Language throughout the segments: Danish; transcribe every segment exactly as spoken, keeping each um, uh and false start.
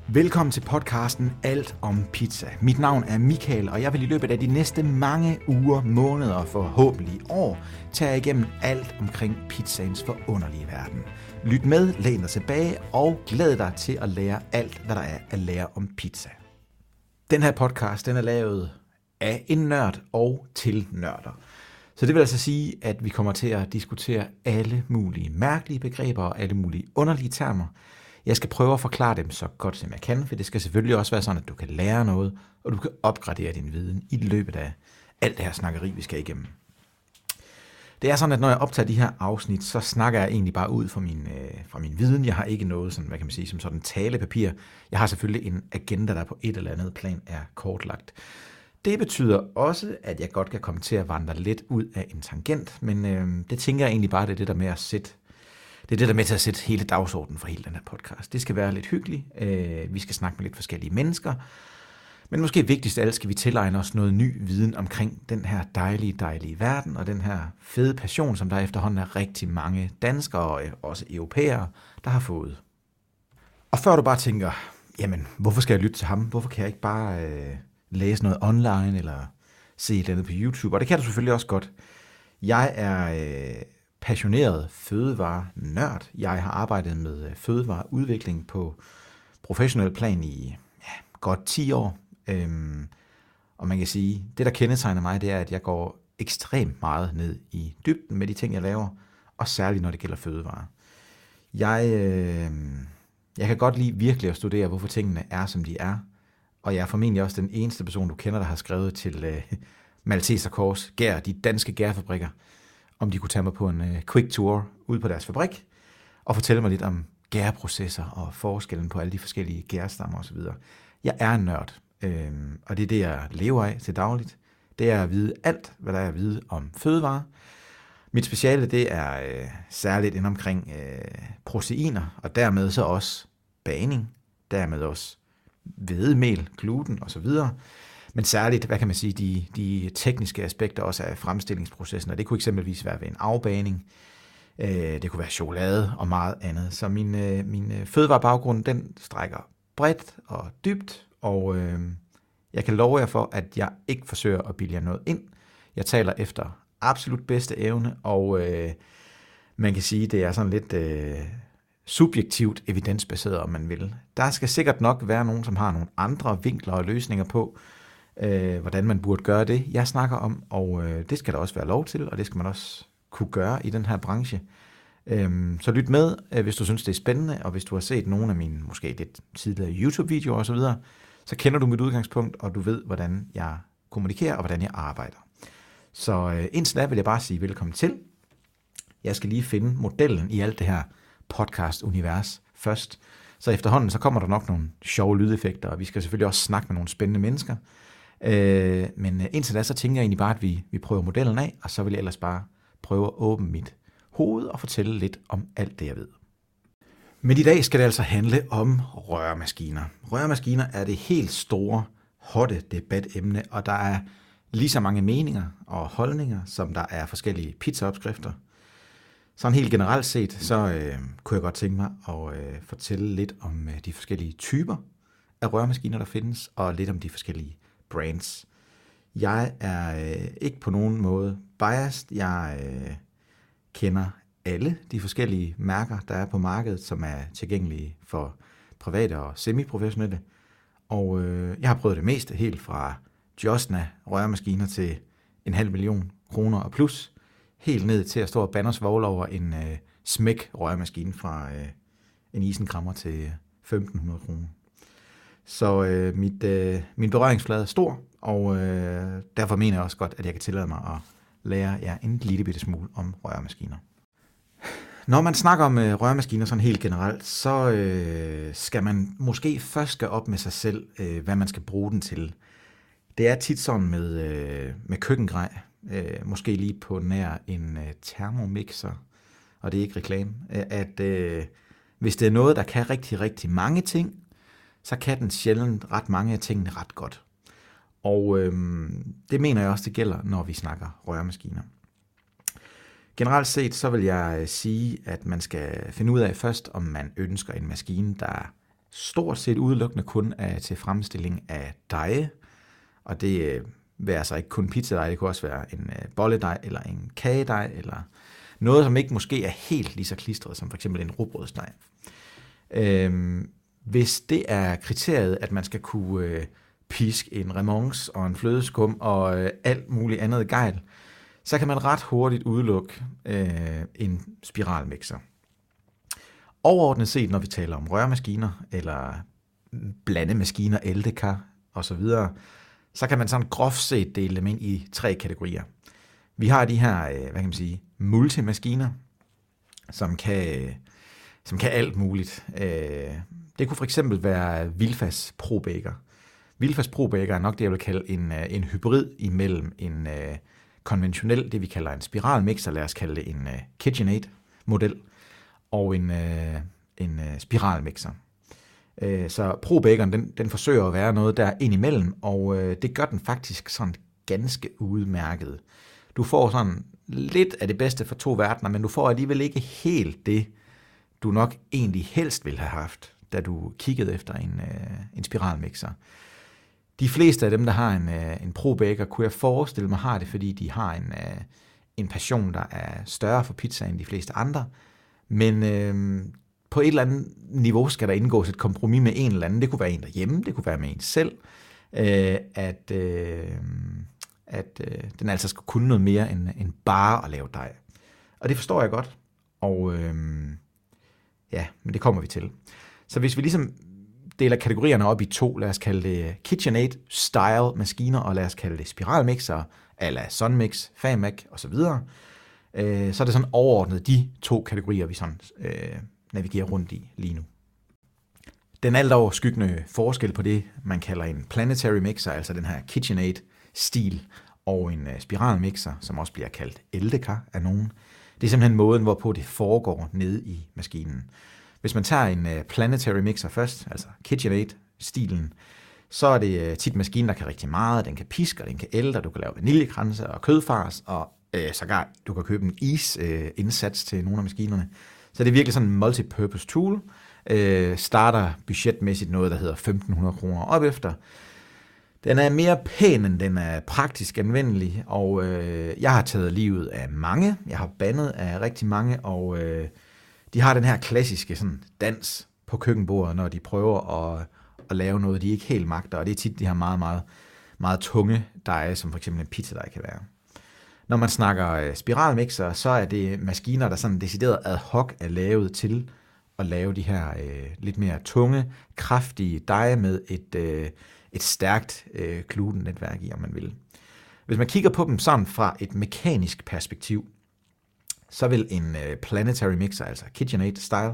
Velkommen til podcasten Alt om Pizza. Mit navn er Michael, og jeg vil i løbet af de næste mange uger, måneder og forhåbentlig år tage jer igennem alt omkring pizzaens forunderlige verden. Lyt med, læn dig tilbage og glæd dig til at lære alt, hvad der er at lære om pizza. Den her podcast den er lavet af en nørd og til nørder. Så det vil altså sige, at vi kommer til at diskutere alle mulige mærkelige begreber og alle mulige underlige termer. Jeg skal prøve at forklare dem så godt som jeg kan, for det skal selvfølgelig også være sådan, at du kan lære noget, og du kan opgradere din viden i løbet af alt det her snakkeri, vi skal igennem. Det er sådan, at når jeg optager de her afsnit, så snakker jeg egentlig bare ud fra min, øh, fra min viden. Jeg har ikke noget sådan, hvad kan man sige, som sådan talepapir. Jeg har selvfølgelig en agenda, der på et eller andet plan er kortlagt. Det betyder også, at jeg godt kan komme til at vandre lidt ud af en tangent, men øh, det tænker jeg egentlig bare, det er det der med at sætte Det er det, der er med til at sætte hele dagsordenen for hele den her podcast. Det skal være lidt hyggeligt. Vi skal snakke med lidt forskellige mennesker. Men måske vigtigst af alt skal vi tilegne os noget ny viden omkring den her dejlige, dejlige verden, og den her fede passion, som der efterhånden er rigtig mange danskere og også europæere, der har fået. Og før du bare tænker, jamen, hvorfor skal jeg lytte til ham? Hvorfor kan jeg ikke bare øh, læse noget online eller se et eller andet på YouTube? Og det kan du selvfølgelig også godt. Jeg er Øh, passioneret fødevare-nørd. Jeg har arbejdet med fødevareudvikling på professionel plan i ja, godt ti år. Øhm, og man kan sige, det der kendetegner mig, det er, at jeg går ekstremt meget ned i dybden med de ting, jeg laver, og særligt når det gælder fødevare. Jeg, øh, jeg kan godt lide virkelig at studere, hvorfor tingene er, som de er, og jeg er formentlig også den eneste person, du kender, der har skrevet til øh, Malteser Kors Gær, de danske gærfabrikker, om de kunne tage mig på en uh, quick tour ud på deres fabrik, og fortælle mig lidt om gærprocesser og forskellen på alle de forskellige gærstammer osv. Jeg er en nørd, øhm, og det er det, jeg lever af til dagligt. Det er at vide alt, hvad der er at vide om fødevarer. Mit speciale, det er øh, særligt inden omkring øh, proteiner, og dermed så også bagning, dermed også hvedemel, gluten osv., men særligt, hvad kan man sige, de, de tekniske aspekter også af fremstillingsprocessen, og det kunne eksempelvis være ved en afbagning, øh, det kunne være chokolade og meget andet. Så min, øh, min fødevarebaggrund, den strækker bredt og dybt, og øh, jeg kan love jer for, at jeg ikke forsøger at bilde jer noget ind. Jeg taler efter absolut bedste evne, og øh, man kan sige, det er sådan lidt øh, subjektivt evidensbaseret, om man vil. Der skal sikkert nok være nogen, som har nogle andre vinkler og løsninger på, Øh, hvordan man burde gøre det, jeg snakker om, og øh, det skal der også være lov til, og det skal man også kunne gøre i den her branche. Øh, så lyt med, øh, hvis du synes, det er spændende, og hvis du har set nogle af mine måske lidt tidligere YouTube-videoer osv., så, så kender du mit udgangspunkt, og du ved, hvordan jeg kommunikerer, og hvordan jeg arbejder. Så øh, indtil da vil jeg bare sige velkommen til. Jeg skal lige finde modellen i alt det her podcast-univers først, så efterhånden så kommer der nok nogle sjove lydeffekter, og vi skal selvfølgelig også snakke med nogle spændende mennesker. Øh, men indtil da, så tænker jeg egentlig bare, at vi, vi prøver modellen af, og så vil jeg ellers bare prøve at åbne mit hoved og fortælle lidt om alt det, jeg ved. Men i dag skal det altså handle om røremaskiner. Røremaskiner er det helt store, hotte debatemne, og der er lige så mange meninger og holdninger, som der er forskellige pizzaopskrifter. Sådan helt generelt set, så øh, kunne jeg godt tænke mig at øh, fortælle lidt om øh, de forskellige typer af røremaskiner, der findes, og lidt om de forskellige brands. Jeg er øh, ikke på nogen måde biased. Jeg øh, kender alle de forskellige mærker, der er på markedet, som er tilgængelige for private og semiprofessionelle. Og øh, jeg har prøvet det meste, helt fra Josna røremaskiner til en halv million kroner og plus, helt ned til at stå og bande os vogle over en øh, smæk røremaskine fra øh, en isenkrammer til femten hundrede kroner. Så øh, mit, øh, min berøringsflade er stor, og øh, derfor mener jeg også godt, at jeg kan tillade mig at lære jer en lille bitte smule om røremaskiner. Når man snakker om øh, røremaskiner sådan helt generelt, så øh, skal man måske først gøre op med sig selv, øh, hvad man skal bruge den til. Det er tit sådan med, øh, med køkkengrej, øh, måske lige på nær en øh, termomixer, og det er ikke reklame, øh, at øh, hvis det er noget, der kan rigtig, rigtig mange ting, så kan den sjældent ret mange af tingene ret godt. Og øhm, det mener jeg også, det gælder, når vi snakker røremaskiner. Generelt set, så vil jeg sige, at man skal finde ud af først, om man ønsker en maskine, der stort set udelukkende kun er til fremstilling af deje, og det vil altså ikke kun pizzadej, det kunne også være en bolledej eller en kagedej, eller noget, som ikke måske er helt lige så klistret som for eksempel en rugbrødsdej. Øhm, hvis det er kriteriet, at man skal kunne øh, piske en remonce og en flødeskum og øh, alt muligt andet gejl, så kan man ret hurtigt udelukke øh, en spiralmixer. Overordnet set, når vi taler om rørmaskiner eller blandemaskiner, æltekar osv., så kan man sådan groft set dele dem ind i tre kategorier. Vi har de her, øh, hvad kan man sige, multimaskiner, som kan, som kan alt muligt. Øh, det kunne for eksempel være Wilfas ProBaker. Wilfas ProBaker er nok det, jeg vil kalde en, en hybrid imellem en øh, konventionel, det vi kalder en spiralmixer, lad os kalde det en øh, KitchenAid-model, og en, øh, en øh, spiralmixer. Øh, så ProBakeren, den, den forsøger at være noget der ind imellem, og øh, det gør den faktisk sådan ganske udmærket. Du får sådan lidt af det bedste fra to verdener, men du får alligevel ikke helt det, du nok egentlig helst ville have haft, da du kiggede efter en, øh, en spiralmixer. De fleste af dem, der har en, øh, en ProBaker, kunne jeg forestille mig, har det, fordi de har en, øh, en passion, der er større for pizza end de fleste andre. Men øh, på et eller andet niveau skal der indgås et kompromis med en eller anden. Det kunne være en derhjemme, det kunne være med en selv, øh, at, øh, at øh, den altså skal kunne noget mere end, end bare at lave dej. Og det forstår jeg godt, og øh, ja, men det kommer vi til. Så hvis vi ligesom deler kategorierne op i to, lad os kalde det KitchenAid-style maskiner, og lad os kalde det spiralmixer, ala Sonmix, Famac osv., øh, så er det sådan overordnet de to kategorier, vi sådan øh, navigerer rundt i lige nu. Den alt overskyggende forskel på det, man kalder en planetary mixer, altså den her KitchenAid-stil, og en øh, spiralmixer, som også bliver kaldt æltekar af nogen, det er simpelthen måden, hvorpå det foregår nede i maskinen. Hvis man tager en uh, planetary mixer først, altså KitchenAid-stilen, så er det uh, tit maskinen, der kan rigtig meget. Den kan piske, og den kan ælte, og du kan lave vaniljekranse og kødfars, og uh, sågar du kan købe en is-indsats uh, til nogle af maskinerne. Så det er virkelig sådan en multipurpose tool. Uh, starter budgetmæssigt noget, der hedder femten hundrede kroner op efter. Den er mere pæn, end den er praktisk anvendelig, og uh, jeg har taget livet af mange. Jeg har bandet af rigtig mange, og uh, de har den her klassiske sådan, dans på køkkenbordet, når de prøver at, at lave noget, de ikke helt magter, og det er tit de her meget, meget, meget tunge deje, som for eksempel en pizzadej kan være. Når man snakker spiralmixer, så er det maskiner, der sådan decideret ad hoc er lavet til at lave de her øh, lidt mere tunge, kraftige deje med et, øh, et stærkt øh, glutennetværk i, om man vil. Hvis man kigger på dem sådan fra et mekanisk perspektiv, så vil en øh, planetary mixer, altså KitchenAid-style,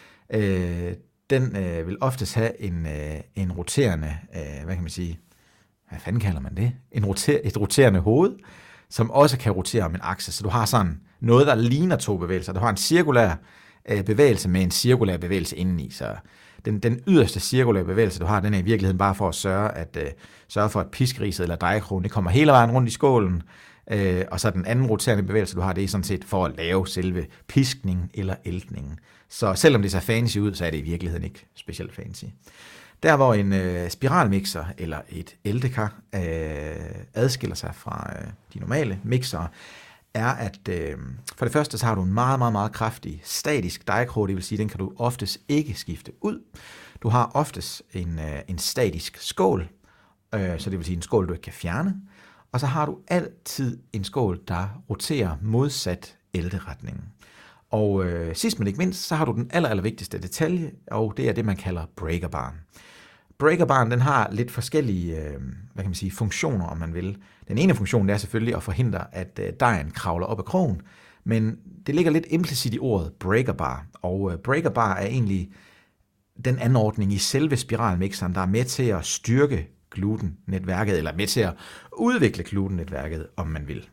øh, den øh, vil oftest have en, øh, en roterende, øh, hvad kan man sige, hvad fanden kalder man det? En roter, et roterende hoved, som også kan rotere om en akse. Så du har sådan noget, der ligner to bevægelser. Du har en cirkulær øh, bevægelse med en cirkulær bevægelse indeni. Så den, den yderste cirkulære bevægelse, du har, den er i virkeligheden bare for at sørge, at, øh, sørge for, at piskriset eller dejekrogen, det kommer hele vejen rundt i skålen. Øh, og så den anden roterende bevægelse, du har, det er sådan set for at lave selve piskningen eller æltningen. Så selvom det ser fancy ud, så er det i virkeligheden ikke specielt fancy. Der hvor en øh, spiralmixer eller et æltekar øh, adskiller sig fra øh, de normale mixere, er at øh, for det første så har du en meget, meget, meget kraftig statisk dejkrog, det vil sige, den kan du oftest ikke skifte ud. Du har oftest en, øh, en statisk skål, øh, så det vil sige en skål, du ikke kan fjerne. Og så har du altid en skål, der roterer modsat ælteretningen. Og øh, sidst men ikke mindst, så har du den aller, aller vigtigste detalje, og det er det, man kalder breakerbaren. Breakerbaren, den har lidt forskellige øh, hvad kan man sige, funktioner, om man vil. Den ene funktion, det er selvfølgelig at forhindre, at øh, dejen kravler op ad krogen, men det ligger lidt implicit i ordet breakerbar, og øh, breakerbar er egentlig den anordning i selve spiralmixeren, der er med til at styrke glutennetværket, eller med til at udvikle glutennetværket, om man vil.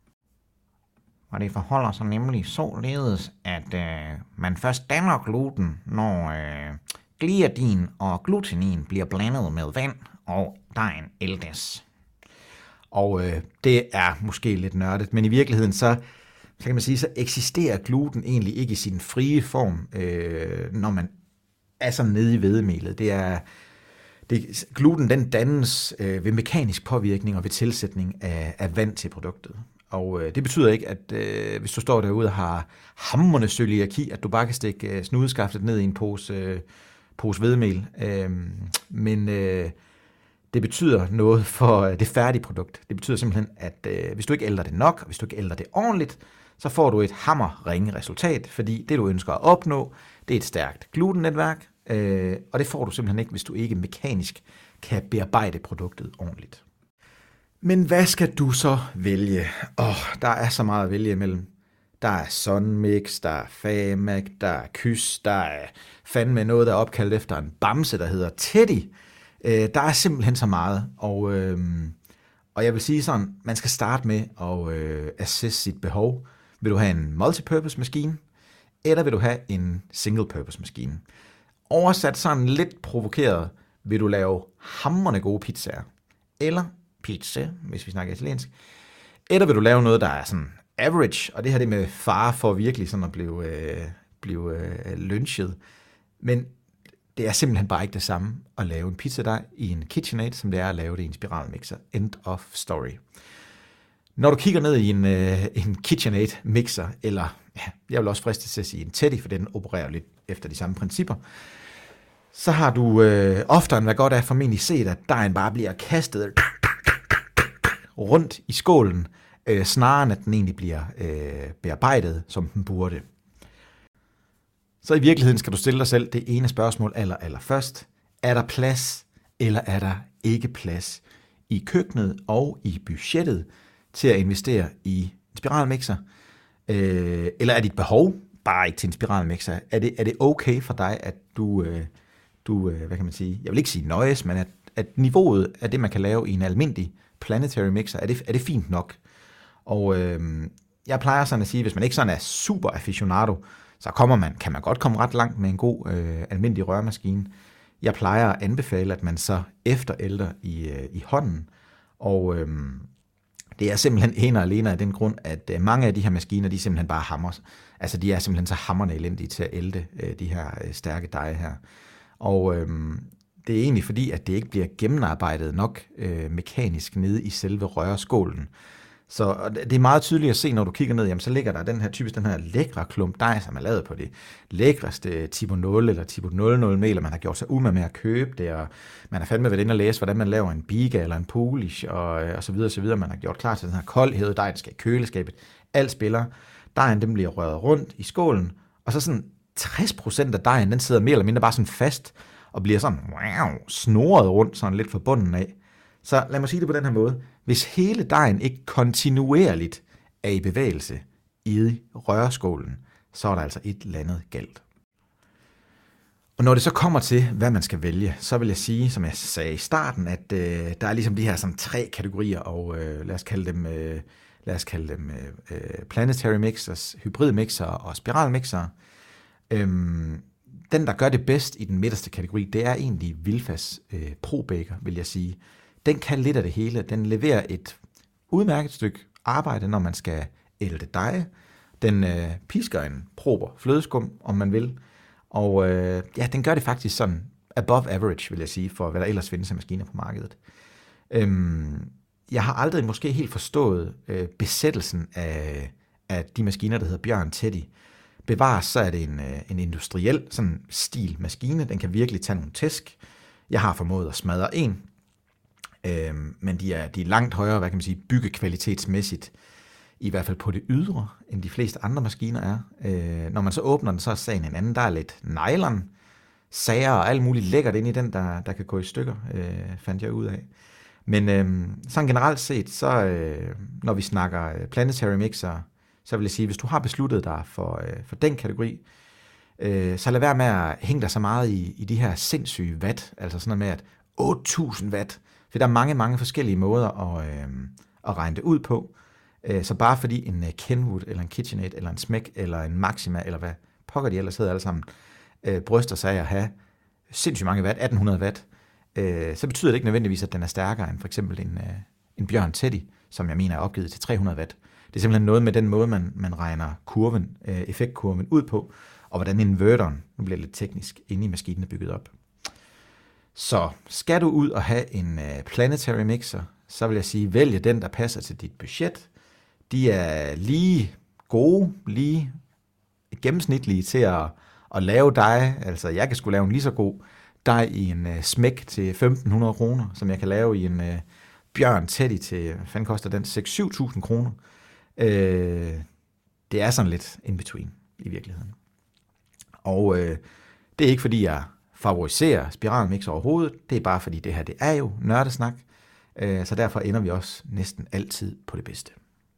Og det forholder sig nemlig således, at øh, man først danner gluten, når øh, gliadin og glutenin bliver blandet med vand, og dejen æltes. Og øh, det er måske lidt nørdet, men i virkeligheden så, så kan man sige, så eksisterer gluten egentlig ikke i sin frie form, øh, når man er sådan nede i hvedemelet. Det er, det, gluten den dannes øh, ved mekanisk påvirkning og ved tilsætning af, af vand til produktet. Og øh, det betyder ikke, at øh, hvis du står derude og har hamrende cøliaki, at du bare kan stikke øh, snudeskaftet ned i en pose, øh, pose hvedemel. Øh, men øh, det betyder noget for øh, det færdige produkt. Det betyder simpelthen, at øh, hvis du ikke ælder det nok, og hvis du ikke ælder det ordentligt, så får du et hammerringe resultat, fordi det, du ønsker at opnå, det er et stærkt glutennetværk, øh, og det får du simpelthen ikke, hvis du ikke mekanisk kan bearbejde produktet ordentligt. Men hvad skal du så vælge? Åh, oh, der er så meget at vælge imellem. Der er Sunmix, der er Famac, der er Kys, der er fandme noget, der er opkaldt efter en bamse, der hedder Teddy. Øh, der er simpelthen så meget, og, øh, og jeg vil sige sådan, man skal starte med at øh, assess sit behov. Vil du have en multipurpose maskine, eller vil du have en single purpose maskine? Oversat sådan lidt provokeret, vil du lave hamrende gode pizzaer, eller pizza, hvis vi snakker italiensk, eller vil du lave noget, der er sådan average, og det her det med fare for virkelig sådan at blive, øh, blive øh, lynchet. Men det er simpelthen bare ikke det samme at lave en pizzadej i en KitchenAid, som det er at lave det i en spiralmixer. End of story. Når du kigger ned i en, øh, en KitchenAid mixer, eller ja, jeg vil også friste til at sige en Teddy, for den opererer lidt efter de samme principper, så har du øh, oftere end hvad godt er formentlig set, at dejen bare bliver kastet rundt i skålen, øh, snarere end at den egentlig bliver øh, bearbejdet, som den burde. Så i virkeligheden skal du stille dig selv det ene spørgsmål aller, aller først. Er der plads, eller er der ikke plads i køkkenet og i budgettet til at investere i en spiralmixer? Øh, eller er dit behov bare ikke til en spiralmixer? Er det, er det okay for dig, at du, øh, du øh, hvad kan man sige, jeg vil ikke sige nøjes, men at, at niveauet af det, man kan lave i en almindelig planetary mixer, er det, er det fint nok? Og øh, jeg plejer sådan at sige, hvis man ikke sådan er super aficionado, så kommer man, kan man godt komme ret langt med en god øh, almindelig rørmaskine. Jeg plejer at anbefale, at man så efterælder i, øh, i hånden, og øh, det er simpelthen en og alene af den grund, at øh, mange af de her maskiner, de er simpelthen bare hammer. Altså de er simpelthen så hamrende elendige til at ælte øh, de her øh, stærke deje her. Og øh, det er egentlig fordi, at det ikke bliver gennemarbejdet nok øh, mekanisk nede i selve rørskålen. Så det er meget tydeligt at se, når du kigger ned, jamen, så ligger der den her typisk den her lækre klump dej, som er lavet på det lækreste Tipo nul eller Tipo nul nul mel, og man har gjort sig umage med at købe det, og man har fandme været inde og læse, hvordan man laver en biga eller en polish, og, og så videre, og så videre. Man har gjort klar til den her koldhed, dejen skal i køleskabet. Alt spiller. Dejen, den bliver røret rundt i skålen, og så sådan tres procent af dejen, den sidder mere eller mindre bare sådan fast, og bliver sådan wow, snoret rundt, sådan lidt fra bunden af. Så lad mig sige det på den her måde. Hvis hele dejen ikke kontinuerligt er i bevægelse i rørskålen, så er der altså et eller andet galt. Og når det så kommer til, hvad man skal vælge, så vil jeg sige, som jeg sagde i starten, at øh, der er ligesom de her sådan tre kategorier, og øh, lad os kalde dem, øh, lad os kalde dem øh, planetary mixers, hybridmixer og spiralmixer. Øhm, den, der gør det bedst i den midterste kategori, det er egentlig Wilfas øh, Pro Baker, vil jeg sige. Den kan lidt af det hele. Den leverer et udmærket stykke arbejde, når man skal ælte deje. Den øh, pisker en prober flødeskum, om man vil. Og øh, ja, den gør det faktisk sådan above average, vil jeg sige, for hvad der ellers findes af maskiner på markedet. Øhm, jeg har aldrig måske helt forstået øh, besættelsen af, af de maskiner, der hedder Bjørn Teddy. Bevares, så er det en, øh, en industriel sådan stil maskine. Den kan virkelig tage nogle tæsk. Jeg har formået at smadre en. Øhm, men de er, de er langt højere, hvad kan man sige, byggekvalitetsmæssigt, i hvert fald på det ydre, end de fleste andre maskiner er. Øh, når man så åbner den, så er sagen en anden. Der er lidt nylon, sager og alt muligt lækkert ind i den, der, der kan gå i stykker, øh, fandt jeg ud af. Men øh, sådan generelt set, så øh, når vi snakker planetary mixer, så vil jeg sige, hvis du har besluttet dig for, øh, for den kategori, øh, så lad være med at hænge dig så meget i, i de her sindssyge watt, altså sådan noget med, at otte tusind watt, for der er mange, mange forskellige måder at, øh, at regne det ud på. Øh, så bare fordi en Kenwood, eller en KitchenAid, eller en Smeg, eller en Maxima, eller hvad pokker de ellers hedder alle sammen, øh, bryster sig af at have sindssygt mange watt, atten hundrede watt, øh, så betyder det ikke nødvendigvis, at den er stærkere end for eksempel en, øh, en Bjørn Teddy, som jeg mener er opgivet til tre hundrede watt. Det er simpelthen noget med den måde, man, man regner kurven, øh, effektkurven ud på, og hvordan inverteren, nu bliver det lidt teknisk, inde i maskinen er bygget op. Så skal du ud og have en uh, planetary mixer, så vil jeg sige, vælg den, der passer til dit budget. De er lige gode, lige gennemsnitlige til at, at lave dig. Altså, jeg kan sgu lave en lige så god dig i en uh, smæk til femten hundrede kroner, som jeg kan lave i en uh, Bjørn Teddy til, hvad fanden koster den, seks til syv tusind kroner. Uh, det er sådan lidt in between i virkeligheden. Og uh, det er ikke fordi, jeg favoriserer spiralmixer overhovedet. Det er bare fordi, det her det er jo nørdesnak. Uh, så derfor ender vi også næsten altid på det bedste.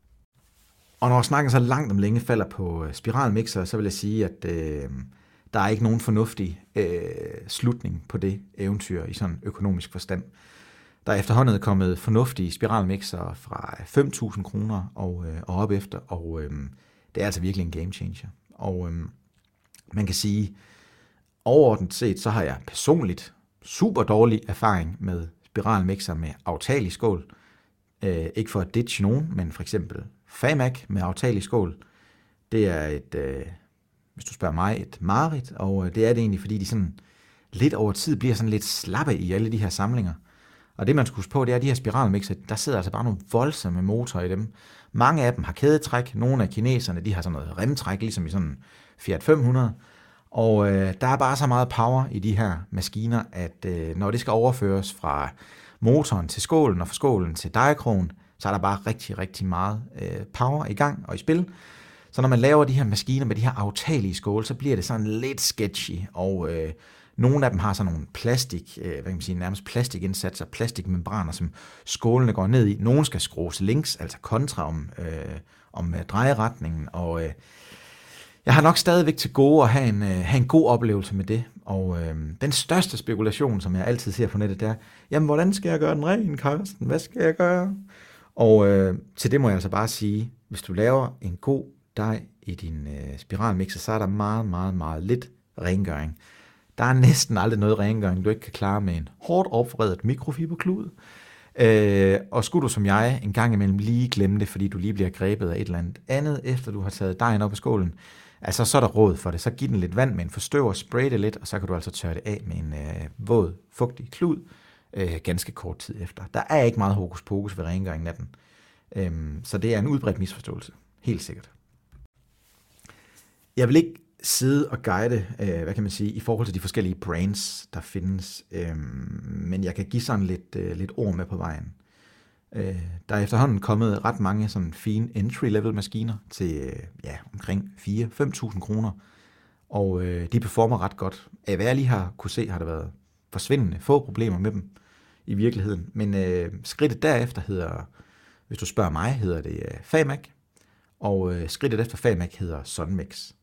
Og når snakken så langt om længe falder på spiralmixer, så vil jeg sige, at øh, der er ikke nogen fornuftig øh, slutning på det eventyr i sådan økonomisk forstand. Der er efterhånden kommet fornuftige spiralmixer fra fem tusind kroner og, øh, og op efter, og øh, det er altså virkelig en game changer. Og øh, man kan sige, overordnet set, så har jeg personligt super dårlig erfaring med spiralmixer med aftagelig skål. Øh, ikke for at ditche nogen, men for eksempel Famac med aftagelig skål. Det er et, øh, hvis du spørger mig, et mareridt, og øh, det er det egentlig, fordi de sådan lidt over tid bliver sådan lidt slappe i alle de her samlinger. Og det man skal huske på, det er, at de her spiralmixer, der sidder altså bare nogle voldsomme motorer i dem. Mange af dem har kædetræk, nogle af kineserne, de har sådan noget remtræk, ligesom i sådan en Fiat fem hundrede. Og øh, der er bare så meget power i de her maskiner, at øh, når det skal overføres fra motoren til skålen og fra skålen til dejekrogen, så er der bare rigtig, rigtig meget øh, power i gang og i spil. Så når man laver de her maskiner med de her aftagelige skåle, så bliver det sådan lidt sketchy, og øh, nogle af dem har sådan nogle plastik, øh, hvad kan man sige, nærmest plastikindsatser, plastikmembraner, som skålene går ned i. Nogle skal skrues links, altså kontra om, øh, om øh, drejeretningen, og øh, jeg har nok stadigvæk til gode at have en, øh, have en god oplevelse med det, og øh, den største spekulation, som jeg altid ser på nettet, det er, jamen hvordan skal jeg gøre den ren, Carsten? Hvad skal jeg gøre? Og øh, til det må jeg altså bare sige, hvis du laver en god dej i din øh, spiralmixer, så er der meget, meget, meget lidt rengøring. Der er næsten aldrig noget rengøring, du ikke kan klare med en hårdt opvredet mikrofiberklud. Øh, og skulle du som jeg en gang imellem lige glemme det, fordi du lige bliver grebet af et eller andet andet, efter du har taget dejen op af skålen, altså så er der råd for det. Så giv den lidt vand med en forstøver, spray det lidt, og så kan du altså tørre det af med en øh, våd, fugtig klud øh, ganske kort tid efter. Der er ikke meget hokus pokus ved rengøringen af den. Øh, så det er en udbredt misforståelse. Helt sikkert. Jeg vil ikke sidde og guide, øh, hvad kan man sige, i forhold til de forskellige brands, der findes. Øh, men jeg kan give sådan lidt, øh, lidt ord med på vejen. Øh, der er efterhånden kommet ret mange sådan fine entry-level maskiner til øh, ja, omkring fire til fem tusind kroner. Og øh, de performer ret godt. Af hvad jeg lige har kunne se, har der været forsvindende få problemer med dem i virkeligheden. Men øh, skridtet derefter hedder, hvis du spørger mig, hedder det øh, Famac. Og øh, skridtet efter Famac hedder Sonmix.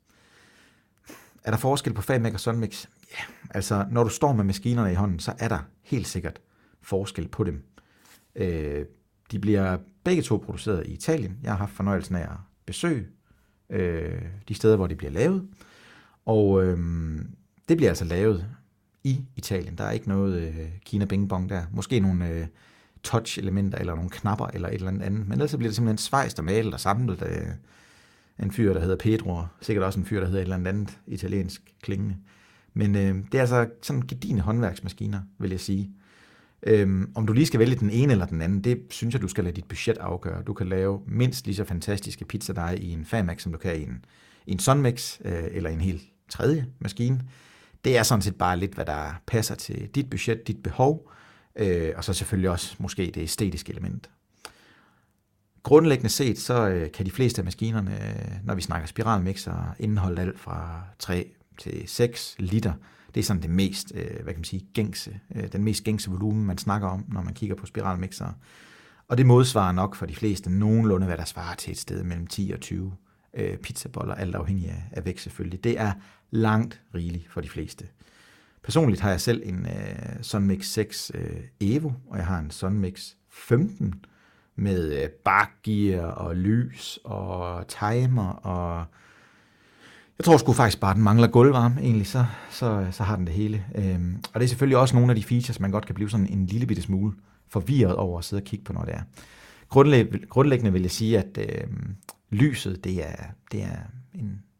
Er der forskel på Famac og Sonmix? Ja, altså når du står med maskinerne i hånden, så er der helt sikkert forskel på dem. Øh, de bliver begge to produceret i Italien. Jeg har haft fornøjelsen af at besøge øh, de steder, hvor de bliver lavet. Og øh, det bliver altså lavet i Italien. Der er ikke noget øh, Kina Bing Bong der. Måske nogle øh, touch-elementer eller nogle knapper eller et eller andet andet. Men ellers bliver det simpelthen svejst og malet og samlet af en fyr, der hedder Pedro. Sikkert også en fyr, der hedder et eller andet, andet italiensk klingende. Men øh, det er altså sådan gedigne håndværksmaskiner, vil jeg sige. Øhm, om du lige skal vælge den ene eller den anden, det synes jeg, du skal lade dit budget afgøre. Du kan lave mindst lige så fantastiske pizzadej i en Famac, som du kan i en, i en Sonmix øh, eller en helt tredje maskine. Det er sådan set bare lidt, hvad der passer til dit budget, dit behov, øh, og så selvfølgelig også måske det æstetiske element. Grundlæggende set, så øh, kan de fleste af maskinerne, øh, når vi snakker spiralmixer, indeholde alt fra tre til seks liter. Det er sådan det mest, øh, hvad kan man sige, gængse, øh, den mest gængse volumen, man snakker om, når man kigger på spiralmixere. Og det modsvarer nok for de fleste nogenlunde, hvad der svarer til et sted mellem ti og tyve øh, pizzaboller, alt afhængig af, af vægt selvfølgelig. Det er langt rigeligt for de fleste. Personligt har jeg selv en øh, Sonmix seks øh, Evo, og jeg har en Sonmix femten med øh, bakgear og lys og timer og jeg tror sgu faktisk bare, at den mangler gulvvarme egentlig, så, så, så har den det hele. Øhm, og det er selvfølgelig også nogle af de features, man godt kan blive sådan en lille bitte smule forvirret over at sidde og kigge på, når det er. Grundlæg, grundlæggende vil jeg sige, at øhm, lyset, det er, det er en,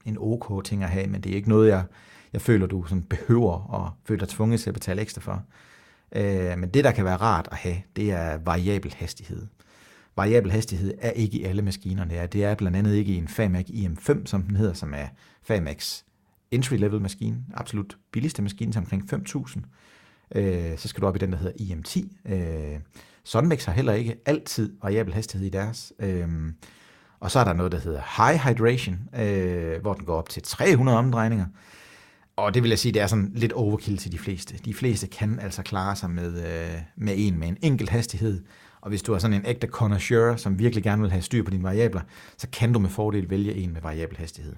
en OK ting at have, men det er ikke noget, jeg, jeg føler, du sådan behøver og føler dig tvunget til at betale ekstra for. Øh, men det, der kan være rart at have, det er variabel hastighed. Variabel hastighed er ikke i alle maskinerne. Det er blandt andet ikke i en FAMAC I M fem, som den hedder, som er FAMACs entry-level maskine, absolut billigste maskine til omkring fem tusind. Øh, så skal du op i den, der hedder I M ti. Øh, Sonmix har heller ikke altid variabel hastighed i deres. Øh, og så er der noget, der hedder High Hydration, øh, hvor den går op til tre hundrede omdrejninger. Og det vil jeg sige, det er sådan lidt overkill til de fleste. De fleste kan altså klare sig med, øh, med en med en enkelt hastighed. Og hvis du er sådan en ægte connoisseur, som virkelig gerne vil have styr på dine variabler, så kan du med fordel vælge en med variabel hastighed.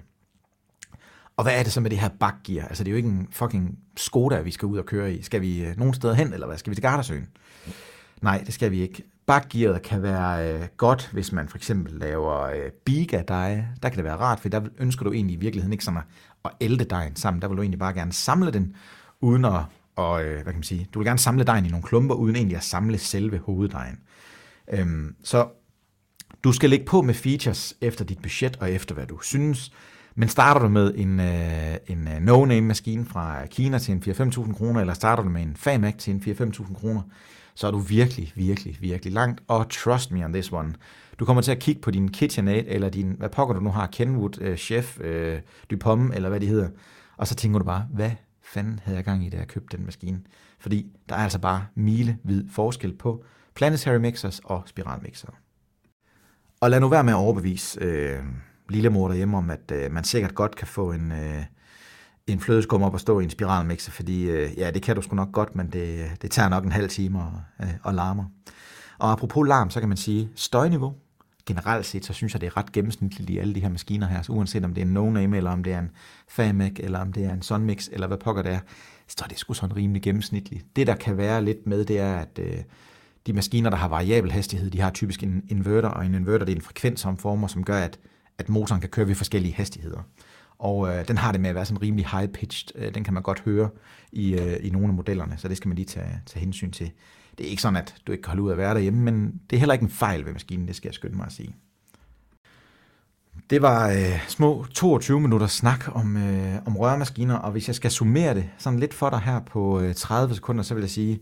Og hvad er det så med det her bakgear? Altså det er jo ikke en fucking Skoda, vi skal ud og køre i. Skal vi øh, nogen steder hen, eller hvad? Skal vi til Gardasøen? Nej, det skal vi ikke. Bakgearet kan være øh, godt, hvis man for eksempel laver øh, biga-dej. Der kan det være rart, for der ønsker du egentlig i virkeligheden ikke sådan at, at ælte dejen sammen. Der vil du egentlig bare gerne samle den, uden at, og, øh, hvad kan man sige, du vil gerne samle dejen i nogle klumper, uden egentlig at samle selve hoveddejen. Øhm, så du skal lægge på med features efter dit budget og efter hvad du synes. Men starter du med en, øh, en no-name maskine fra Kina til en fire til fem tusind kroner, eller starter du med en FAMAC til en fire til fem tusind kroner, så er du virkelig, virkelig, virkelig langt. Og trust me on this one. Du kommer til at kigge på din KitchenAid, eller din, hvad pokker du nu har, Kenwood, uh, Chef, uh, Dupont, eller hvad de hedder. Og så tænker du bare, hvad fanden havde jeg gang i, da jeg købte den maskine? Fordi der er altså bare milevid forskel på planetary mixers og spiralmixer. Og lad nu være med at overbevise øh, lillemor derhjemme om, at øh, man sikkert godt kan få en, øh, en flødeskum op og stå i en spiralmixer, fordi øh, ja, det kan du sgu nok godt, men det, det tager nok en halv time og, øh, og larmer. Og apropos larm, så kan man sige støjniveau. Generelt set, så synes jeg, det er ret gennemsnitligt i alle de her maskiner her, så uanset om det er en no-name, eller om det er en FAMAC, eller om det er en Sonmix, eller hvad pokker det er, så er det sgu sådan rimelig gennemsnitligt. Det, der kan være lidt med, det er, at øh, de maskiner, der har variabel hastighed, de har typisk en inverter, og en inverter, det er en frekvensomformer, som gør, at, at motoren kan køre ved forskellige hastigheder. Og øh, den har det med at være sådan rimelig high-pitched. Øh, den kan man godt høre i, øh, i nogle af modellerne, så det skal man lige tage, tage hensyn til. Det er ikke sådan, at du ikke kan holde ud at være derhjemme, men det er heller ikke en fejl ved maskinen, det skal jeg skynde mig at sige. Det var øh, små toogtyve minutter snak om, øh, om rørmaskiner, og hvis jeg skal summere det sådan lidt for dig her på øh, tredive sekunder, så vil jeg sige,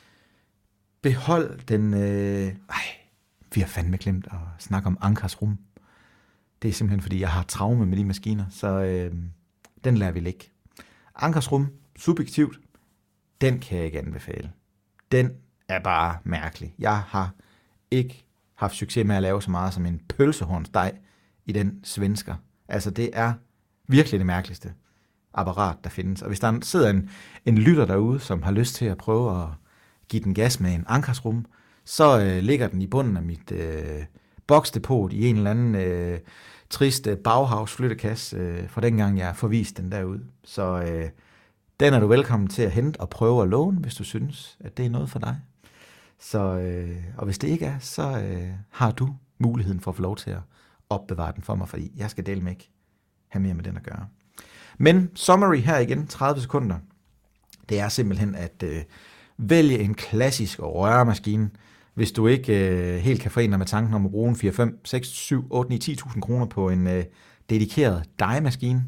behold den... Øh, ej, vi har fandme glemt at snakke om Ankers rum. Det er simpelthen, fordi jeg har traume med de maskiner, så øh, den lader vi ligge. Ankers rum, subjektivt, den kan jeg ikke anbefale. Den er bare mærkelig. Jeg har ikke haft succes med at lave så meget som en pølsehornsdej i den svensker. Altså, det er virkelig det mærkeligste apparat, der findes. Og hvis der sidder en, en lytter derude, som har lyst til at prøve at give den gas med en Ankers rum, så øh, ligger den i bunden af mit øh, boksdepot i en eller anden øh, trist øh, Bauhaus-flyttekasse, øh, fra dengang jeg forviste den derud. Så øh, den er du velkommen til at hente og prøve at låne, hvis du synes, at det er noget for dig. Så, øh, og hvis det ikke er, så øh, har du muligheden for at få lov til at opbevare den for mig, fordi jeg skal dele med ikke have mere med den at gøre. Men summary her igen, tredive sekunder, det er simpelthen at øh, vælge en klassisk røremaskine, hvis du ikke øh, helt kan forene dig med tanken om at bruge en fire, fem, seks, syv, otte, ni, ti tusind kroner på en øh, dedikeret dejemaskine,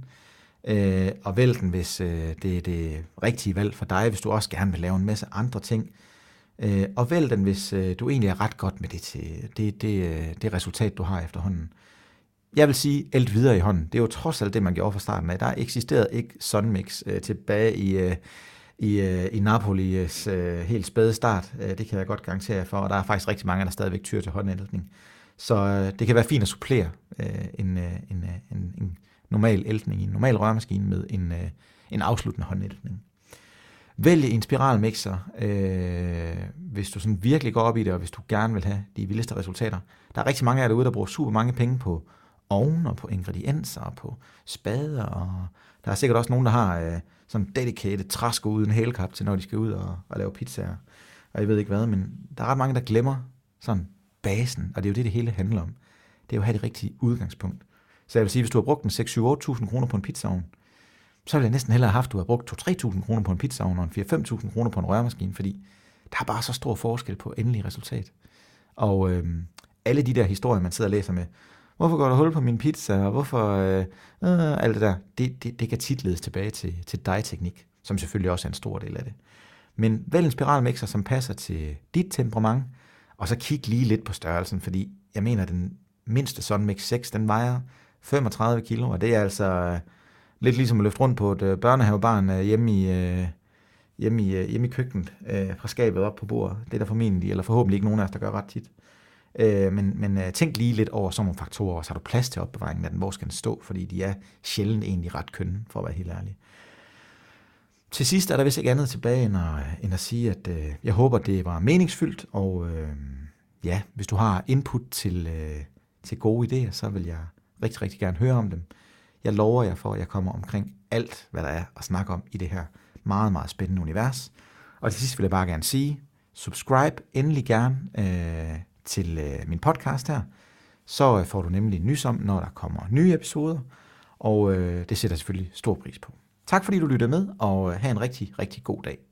øh, og vælg den, hvis øh, det er det rigtige valg for dig, hvis du også gerne vil lave en masse andre ting. Øh, og vælg den, hvis øh, du egentlig er ret godt med det, til, det, det, det resultat, du har efterhånden. Jeg vil sige, alt videre i hånden. Det er jo trods alt det, man gjorde fra starten af. Der eksisterede ikke Sonmix øh, tilbage i, øh, i, øh, i Napolis øh, helt spæde start. Øh, det kan jeg godt garantere for, og der er faktisk rigtig mange, der stadigvæk tyr til håndæltning. Så øh, det kan være fint at supplere øh, en, øh, en, øh, en, en normal æltning i en normal rørmaskine med en, øh, en afsluttende håndæltning. Vælg en spiralmixer, øh, hvis du sådan virkelig går op i det, og hvis du gerne vil have de vildeste resultater. Der er rigtig mange af jer derude, der bruger super mange penge på ovn og på ingredienser og på spader, og der er sikkert også nogen, der har øh, sådan dedicated træsko uden hælkap til, når de skal ud og, og lave pizzaer, og jeg ved ikke hvad, men der er ret mange, der glemmer sådan basen, og det er jo det, det hele handler om. Det er jo at have det rigtige udgangspunkt. Så jeg vil sige, hvis du har brugt en seks, syv, otte tusind kroner på en pizzaovn, så ville jeg næsten hellere have haft, at du har brugt to til tre tusind kroner på en pizzaovn og en fire til fem tusind kroner på en rørmaskine, fordi der er bare så stor forskel på endelig resultat. Og øh, alle de der historier, man sidder og læser med, hvorfor går der hul på min pizza, og hvorfor øh, øh, alt det der, det, det, det kan tit ledes tilbage til, til dejteknik, som selvfølgelig også er en stor del af det. Men vælg en spiralmixer, som passer til dit temperament, og så kig lige lidt på størrelsen, fordi jeg mener, at den mindste Sunmix seks, den vejer femogtredive kilo, og det er altså øh, lidt ligesom at løfte rundt på et øh, børnehavebarn øh, hjemme i... Øh, Hjemme i, hjemme i køkkenet, øh, fra skabet op på bordet. Det er der formentlig, eller forhåbentlig ikke nogen af os, der gør ret tit. Øh, men men øh, tænk lige lidt over sådan nogle faktorer, så har du plads til opbevaringen af den, hvor skal den stå, fordi de er sjældent egentlig ret kønne, for at være helt ærlig. Til sidst er der vist ikke andet tilbage, end at, end at sige, at øh, jeg håber, det var meningsfyldt, og øh, ja, hvis du har input til, øh, til gode idéer, så vil jeg rigtig, rigtig gerne høre om dem. Jeg lover jer for, at jeg kommer omkring alt, hvad der er at snakke om i det her meget, meget spændende univers. Og til sidst vil jeg bare gerne sige, subscribe endelig gerne øh, til øh, min podcast her, så øh, får du nemlig nys om, når der kommer nye episoder, og øh, det sætter jeg selvfølgelig stor pris på. Tak fordi du lyttede med, og øh, have en rigtig, rigtig god dag.